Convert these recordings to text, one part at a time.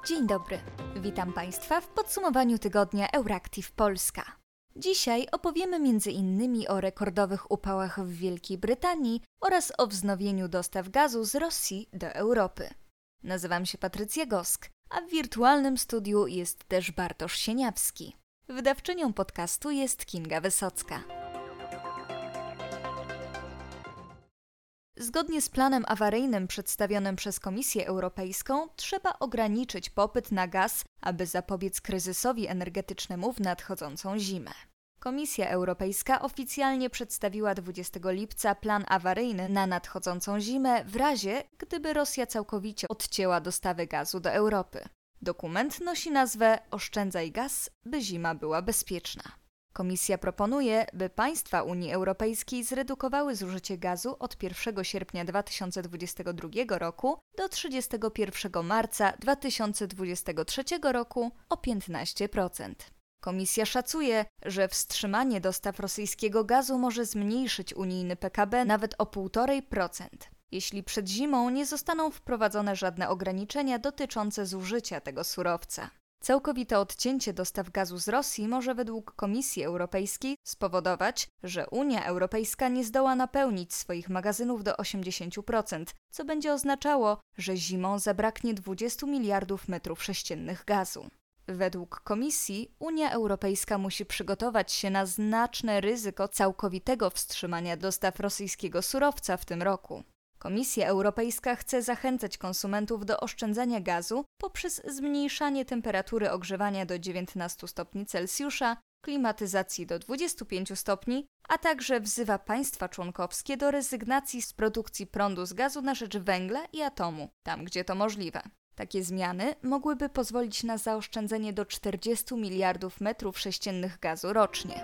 Dzień dobry, witam Państwa w podsumowaniu tygodnia Euractiv Polska. Dzisiaj opowiemy m.in. o rekordowych upałach w Wielkiej Brytanii oraz o wznowieniu dostaw gazu z Rosji do Europy. Nazywam się Patrycja Gosk, a w wirtualnym studiu jest też Bartosz Sieniawski. Wydawczynią podcastu jest Kinga Wysocka. Zgodnie z planem awaryjnym przedstawionym przez Komisję Europejską trzeba ograniczyć popyt na gaz, aby zapobiec kryzysowi energetycznemu w nadchodzącą zimę. Komisja Europejska oficjalnie przedstawiła 20 lipca plan awaryjny na nadchodzącą zimę w razie, gdyby Rosja całkowicie odcięła dostawy gazu do Europy. Dokument nosi nazwę „Oszczędzaj gaz, by zima była bezpieczna”. Komisja proponuje, by państwa Unii Europejskiej zredukowały zużycie gazu od 1 sierpnia 2022 roku do 31 marca 2023 roku o 15%. Komisja szacuje, że wstrzymanie dostaw rosyjskiego gazu może zmniejszyć unijny PKB nawet o 1,5%, jeśli przed zimą nie zostaną wprowadzone żadne ograniczenia dotyczące zużycia tego surowca. Całkowite odcięcie dostaw gazu z Rosji może według Komisji Europejskiej spowodować, że Unia Europejska nie zdoła napełnić swoich magazynów do 80%, co będzie oznaczało, że zimą zabraknie 20 miliardów metrów sześciennych gazu. Według Komisji Unia Europejska musi przygotować się na znaczne ryzyko całkowitego wstrzymania dostaw rosyjskiego surowca w tym roku. Komisja Europejska chce zachęcać konsumentów do oszczędzania gazu poprzez zmniejszanie temperatury ogrzewania do 19 stopni Celsjusza, klimatyzacji do 25 stopni, a także wzywa państwa członkowskie do rezygnacji z produkcji prądu z gazu na rzecz węgla i atomu, tam gdzie to możliwe. Takie zmiany mogłyby pozwolić na zaoszczędzenie do 40 miliardów metrów sześciennych gazu rocznie.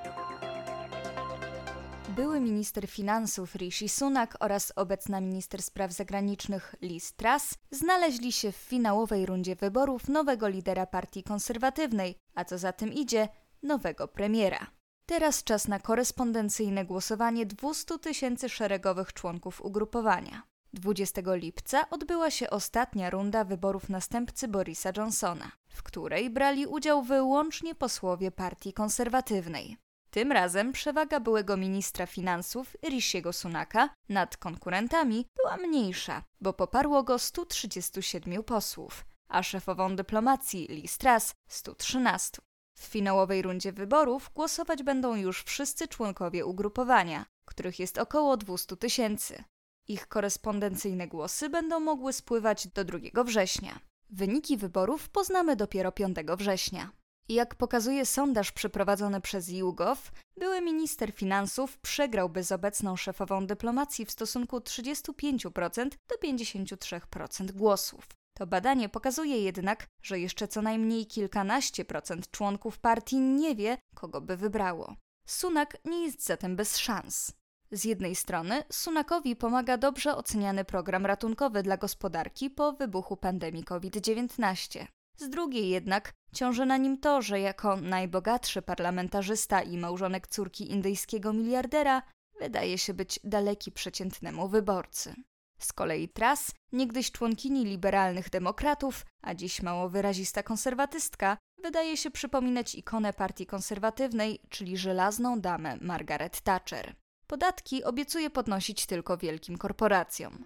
Były minister finansów Rishi Sunak oraz obecna minister spraw zagranicznych Liz Truss znaleźli się w finałowej rundzie wyborów nowego lidera partii konserwatywnej, a co za tym idzie, nowego premiera. Teraz czas na korespondencyjne głosowanie 200 000 szeregowych członków ugrupowania. 20 lipca odbyła się ostatnia runda wyborów następcy Borisa Johnsona, w której brali udział wyłącznie posłowie partii konserwatywnej. Tym razem przewaga byłego ministra finansów Rishiego Sunaka nad konkurentami była mniejsza, bo poparło go 137 posłów, a szefową dyplomacji Liz Truss 113. W finałowej rundzie wyborów głosować będą już wszyscy członkowie ugrupowania, których jest około 200 000. Ich korespondencyjne głosy będą mogły spływać do 2 września. Wyniki wyborów poznamy dopiero 5 września. Jak pokazuje sondaż przeprowadzony przez YouGov, były minister finansów przegrał bezobecną szefową dyplomacji w stosunku 35% do 53% głosów. To badanie pokazuje jednak, że jeszcze co najmniej kilkanaście procent członków partii nie wie, kogo by wybrało. Sunak nie jest zatem bez szans. Z jednej strony Sunakowi pomaga dobrze oceniany program ratunkowy dla gospodarki po wybuchu pandemii COVID-19. Z drugiej jednak ciąży na nim to, że jako najbogatszy parlamentarzysta i małżonek córki indyjskiego miliardera wydaje się być daleki przeciętnemu wyborcy. Z kolei Truss, niegdyś członkini liberalnych demokratów, a dziś mało wyrazista konserwatystka, wydaje się przypominać ikonę partii konserwatywnej, czyli żelazną damę Margaret Thatcher. Podatki obiecuje podnosić tylko wielkim korporacjom.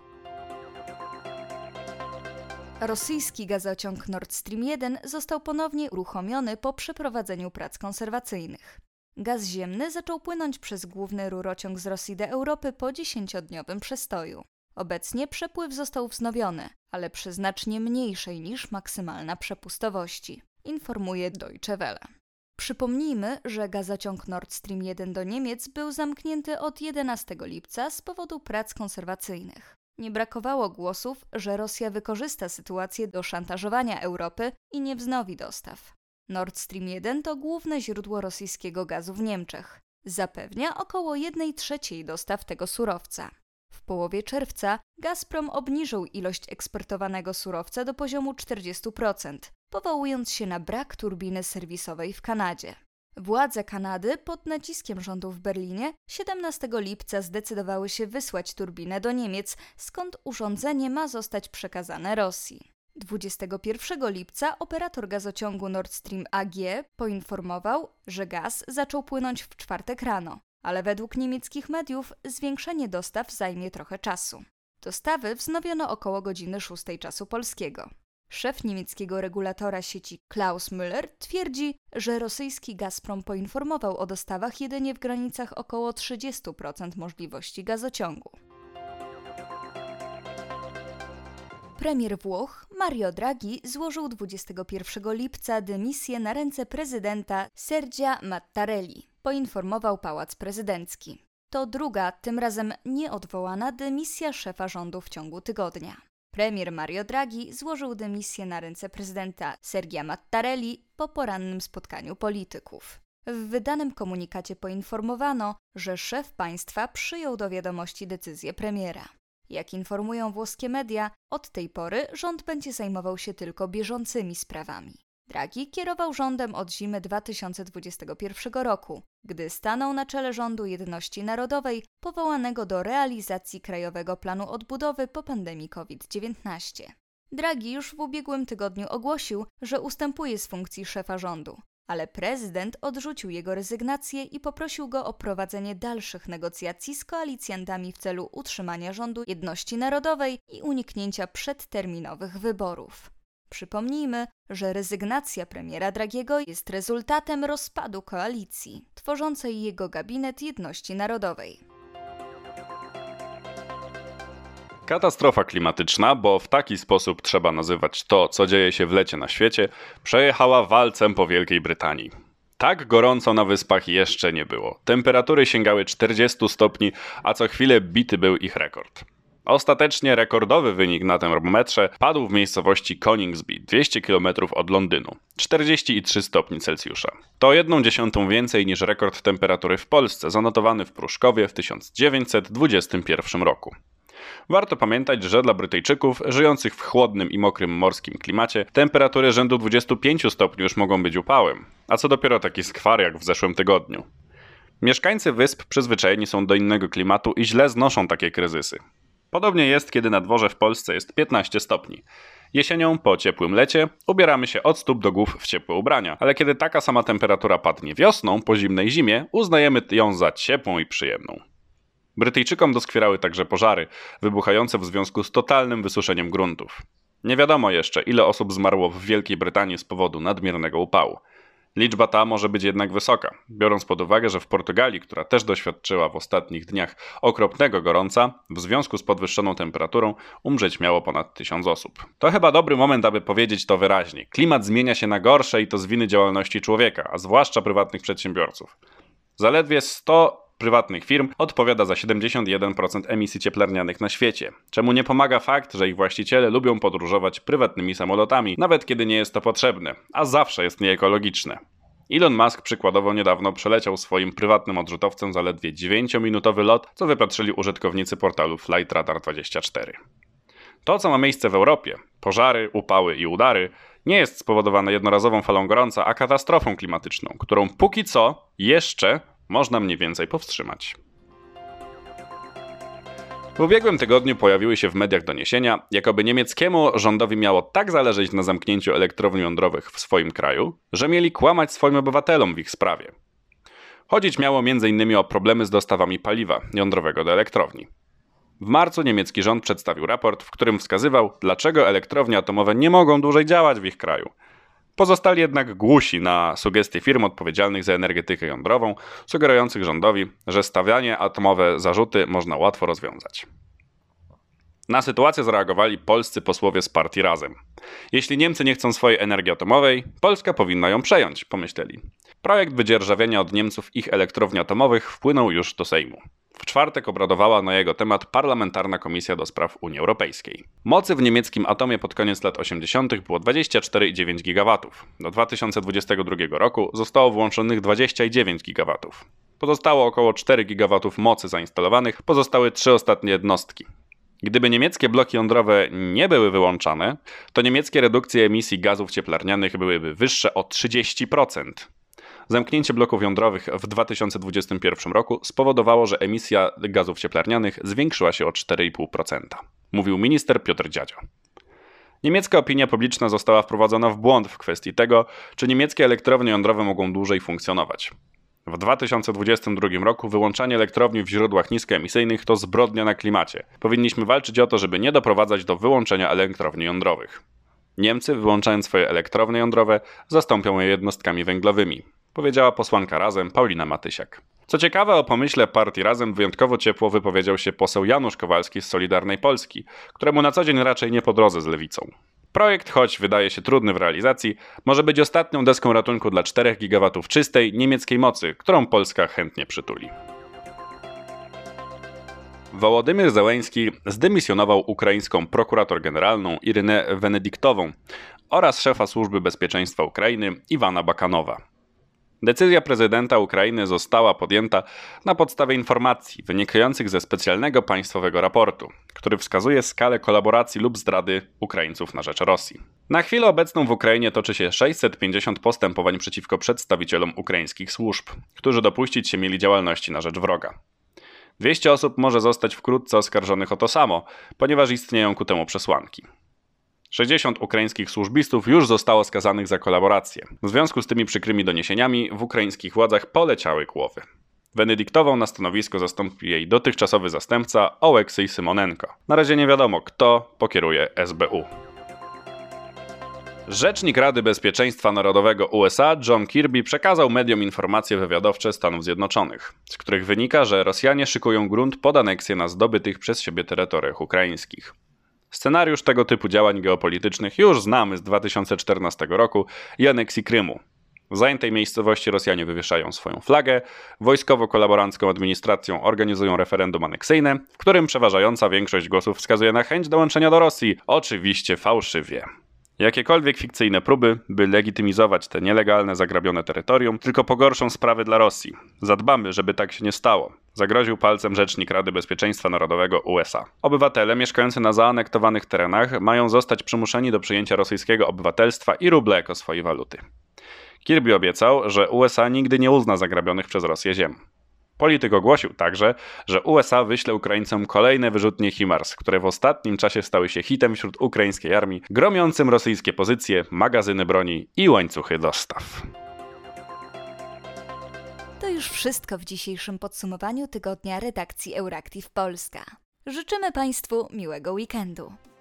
Rosyjski gazociąg Nord Stream 1 został ponownie uruchomiony po przeprowadzeniu prac konserwacyjnych. Gaz ziemny zaczął płynąć przez główny rurociąg z Rosji do Europy po 10-dniowym przestoju. Obecnie przepływ został wznowiony, ale przy znacznie mniejszej niż maksymalna przepustowości, informuje Deutsche Welle. Przypomnijmy, że gazociąg Nord Stream 1 do Niemiec był zamknięty od 11 lipca z powodu prac konserwacyjnych. Nie brakowało głosów, że Rosja wykorzysta sytuację do szantażowania Europy i nie wznowi dostaw. Nord Stream 1 to główne źródło rosyjskiego gazu w Niemczech. Zapewnia około 1/3 dostaw tego surowca. W połowie czerwca Gazprom obniżył ilość eksportowanego surowca do poziomu 40%, powołując się na brak turbiny serwisowej w Kanadzie. Władze Kanady pod naciskiem rządu w Berlinie 17 lipca zdecydowały się wysłać turbinę do Niemiec, skąd urządzenie ma zostać przekazane Rosji. 21 lipca operator gazociągu Nord Stream AG poinformował, że gaz zaczął płynąć w czwartek rano, ale według niemieckich mediów zwiększenie dostaw zajmie trochę czasu. Dostawy wznowiono około godziny 6 czasu polskiego. Szef niemieckiego regulatora sieci Klaus Müller twierdzi, że rosyjski Gazprom poinformował o dostawach jedynie w granicach około 30% możliwości gazociągu. Premier Włoch Mario Draghi złożył 21 lipca dymisję na ręce prezydenta Sergia Mattarelli, poinformował Pałac Prezydencki. To druga, tym razem nieodwołana dymisja szefa rządu w ciągu tygodnia. Premier Mario Draghi złożył dymisję na ręce prezydenta Sergia Mattarelli po porannym spotkaniu polityków. W wydanym komunikacie poinformowano, że szef państwa przyjął do wiadomości decyzję premiera. Jak informują włoskie media, od tej pory rząd będzie zajmował się tylko bieżącymi sprawami. Draghi kierował rządem od zimy 2021 roku, gdy stanął na czele rządu jedności narodowej powołanego do realizacji Krajowego Planu Odbudowy po pandemii COVID-19. Draghi już w ubiegłym tygodniu ogłosił, że ustępuje z funkcji szefa rządu, ale prezydent odrzucił jego rezygnację i poprosił go o prowadzenie dalszych negocjacji z koalicjantami w celu utrzymania rządu jedności narodowej i uniknięcia przedterminowych wyborów. Przypomnijmy, że rezygnacja premiera Draghiego jest rezultatem rozpadu koalicji, tworzącej jego gabinet jedności narodowej. Katastrofa klimatyczna, bo w taki sposób trzeba nazywać to, co dzieje się w lecie na świecie, przejechała walcem po Wielkiej Brytanii. Tak gorąco na wyspach jeszcze nie było. Temperatury sięgały 40 stopni, a co chwilę bity był ich rekord. Ostatecznie rekordowy wynik na termometrze padł w miejscowości Coningsby, 200 km od Londynu, 40,3 stopni Celsjusza. To 1/10 więcej niż rekord temperatury w Polsce, zanotowany w Pruszkowie w 1921 roku. Warto pamiętać, że dla Brytyjczyków żyjących w chłodnym i mokrym morskim klimacie temperatury rzędu 25 stopni już mogą być upałem, a co dopiero taki skwar jak w zeszłym tygodniu. Mieszkańcy wysp przyzwyczajeni są do innego klimatu i źle znoszą takie kryzysy. Podobnie jest, kiedy na dworze w Polsce jest 15 stopni. Jesienią, po ciepłym lecie, ubieramy się od stóp do głów w ciepłe ubrania, ale kiedy taka sama temperatura padnie wiosną, po zimnej zimie, uznajemy ją za ciepłą i przyjemną. Brytyjczykom doskwierały także pożary, wybuchające w związku z totalnym wysuszeniem gruntów. Nie wiadomo jeszcze, ile osób zmarło w Wielkiej Brytanii z powodu nadmiernego upału. Liczba ta może być jednak wysoka, biorąc pod uwagę, że w Portugalii, która też doświadczyła w ostatnich dniach okropnego gorąca, w związku z podwyższoną temperaturą umrzeć miało ponad 1000 osób. To chyba dobry moment, aby powiedzieć to wyraźnie. Klimat zmienia się na gorsze i to z winy działalności człowieka, a zwłaszcza prywatnych przedsiębiorców. Zaledwie 100 prywatnych firm odpowiada za 71% emisji cieplarnianych na świecie, czemu nie pomaga fakt, że ich właściciele lubią podróżować prywatnymi samolotami, nawet kiedy nie jest to potrzebne, a zawsze jest nieekologiczne. Elon Musk przykładowo niedawno przeleciał swoim prywatnym odrzutowcem zaledwie 9-minutowy lot, co wypatrzyli użytkownicy portalu Flightradar24. To, co ma miejsce w Europie, pożary, upały i udary, nie jest spowodowane jednorazową falą gorąca, a katastrofą klimatyczną, którą póki co jeszcze można mniej więcej powstrzymać. W ubiegłym tygodniu pojawiły się w mediach doniesienia, jakoby niemieckiemu rządowi miało tak zależeć na zamknięciu elektrowni jądrowych w swoim kraju, że mieli kłamać swoim obywatelom w ich sprawie. Chodzić miało m.in. o problemy z dostawami paliwa jądrowego do elektrowni. W marcu niemiecki rząd przedstawił raport, w którym wskazywał, dlaczego elektrownie atomowe nie mogą dłużej działać w ich kraju. Pozostali jednak głusi na sugestie firm odpowiedzialnych za energetykę jądrową, sugerujących rządowi, że stawianie atomowe zarzuty można łatwo rozwiązać. Na sytuację zareagowali polscy posłowie z partii Razem. Jeśli Niemcy nie chcą swojej energii atomowej, Polska powinna ją przejąć, pomyśleli. Projekt wydzierżawienia od Niemców ich elektrowni atomowych wpłynął już do Sejmu. W czwartek obradowała na jego temat Parlamentarna Komisja do Spraw Unii Europejskiej. Mocy w niemieckim atomie pod koniec lat 80. było 24,9 GW. Do 2022 roku zostało włączonych 29 GW. Pozostało około 4 GW mocy zainstalowanych, pozostały 3 ostatnie jednostki. Gdyby niemieckie bloki jądrowe nie były wyłączane, to niemieckie redukcje emisji gazów cieplarnianych byłyby wyższe o 30%. Zamknięcie bloków jądrowych w 2021 roku spowodowało, że emisja gazów cieplarnianych zwiększyła się o 4,5%, mówił minister Piotr Dziadzio. Niemiecka opinia publiczna została wprowadzona w błąd w kwestii tego, czy niemieckie elektrownie jądrowe mogą dłużej funkcjonować. W 2022 roku wyłączanie elektrowni w źródłach niskoemisyjnych to zbrodnia na klimacie. Powinniśmy walczyć o to, żeby nie doprowadzać do wyłączenia elektrowni jądrowych. Niemcy, wyłączając swoje elektrownie jądrowe, zastąpią je jednostkami węglowymi, powiedziała posłanka Razem Paulina Matysiak. Co ciekawe, o pomyśle partii Razem wyjątkowo ciepło wypowiedział się poseł Janusz Kowalski z Solidarnej Polski, któremu na co dzień raczej nie po drodze z lewicą. Projekt, choć wydaje się trudny w realizacji, może być ostatnią deską ratunku dla 4 gigawatów czystej, niemieckiej mocy, którą Polska chętnie przytuli. Wołodymyr Zełenski zdymisjonował ukraińską prokurator generalną Irynę Wenediktową oraz szefa Służby Bezpieczeństwa Ukrainy Iwana Bakanowa. Decyzja prezydenta Ukrainy została podjęta na podstawie informacji wynikających ze specjalnego państwowego raportu, który wskazuje skalę kolaboracji lub zdrady Ukraińców na rzecz Rosji. Na chwilę obecną w Ukrainie toczy się 650 postępowań przeciwko przedstawicielom ukraińskich służb, którzy dopuścić się mieli działalności na rzecz wroga. 200 osób może zostać wkrótce oskarżonych o to samo, ponieważ istnieją ku temu przesłanki. 60 ukraińskich służbistów już zostało skazanych za kolaborację. W związku z tymi przykrymi doniesieniami w ukraińskich władzach poleciały głowy. Wenediktową na stanowisko zastąpi jej dotychczasowy zastępca Oleksij Symonenko. Na razie nie wiadomo, kto pokieruje SBU. Rzecznik Rady Bezpieczeństwa Narodowego USA John Kirby przekazał mediom informacje wywiadowcze Stanów Zjednoczonych, z których wynika, że Rosjanie szykują grunt pod aneksję na zdobytych przez siebie terytoriach ukraińskich. Scenariusz tego typu działań geopolitycznych już znamy z 2014 roku i aneksji Krymu. W zajętej miejscowości Rosjanie wywieszają swoją flagę, wojskowo-kolaborancką administracją organizują referendum aneksyjne, w którym przeważająca większość głosów wskazuje na chęć dołączenia do Rosji, oczywiście fałszywie. Jakiekolwiek fikcyjne próby, by legitymizować te nielegalne, zagrabione terytorium, tylko pogorszą sprawy dla Rosji. Zadbamy, żeby tak się nie stało, zagroził palcem rzecznik Rady Bezpieczeństwa Narodowego USA. Obywatele mieszkający na zaanektowanych terenach mają zostać przymuszeni do przyjęcia rosyjskiego obywatelstwa i rubla jako swojej waluty. Kirby obiecał, że USA nigdy nie uzna zagrabionych przez Rosję ziem. Polityk ogłosił także, że USA wyśle Ukraińcom kolejne wyrzutnie HIMARS, które w ostatnim czasie stały się hitem wśród ukraińskiej armii, gromiącym rosyjskie pozycje, magazyny broni i łańcuchy dostaw. To już wszystko w dzisiejszym podsumowaniu tygodnia redakcji Euractiv Polska. Życzymy Państwu miłego weekendu.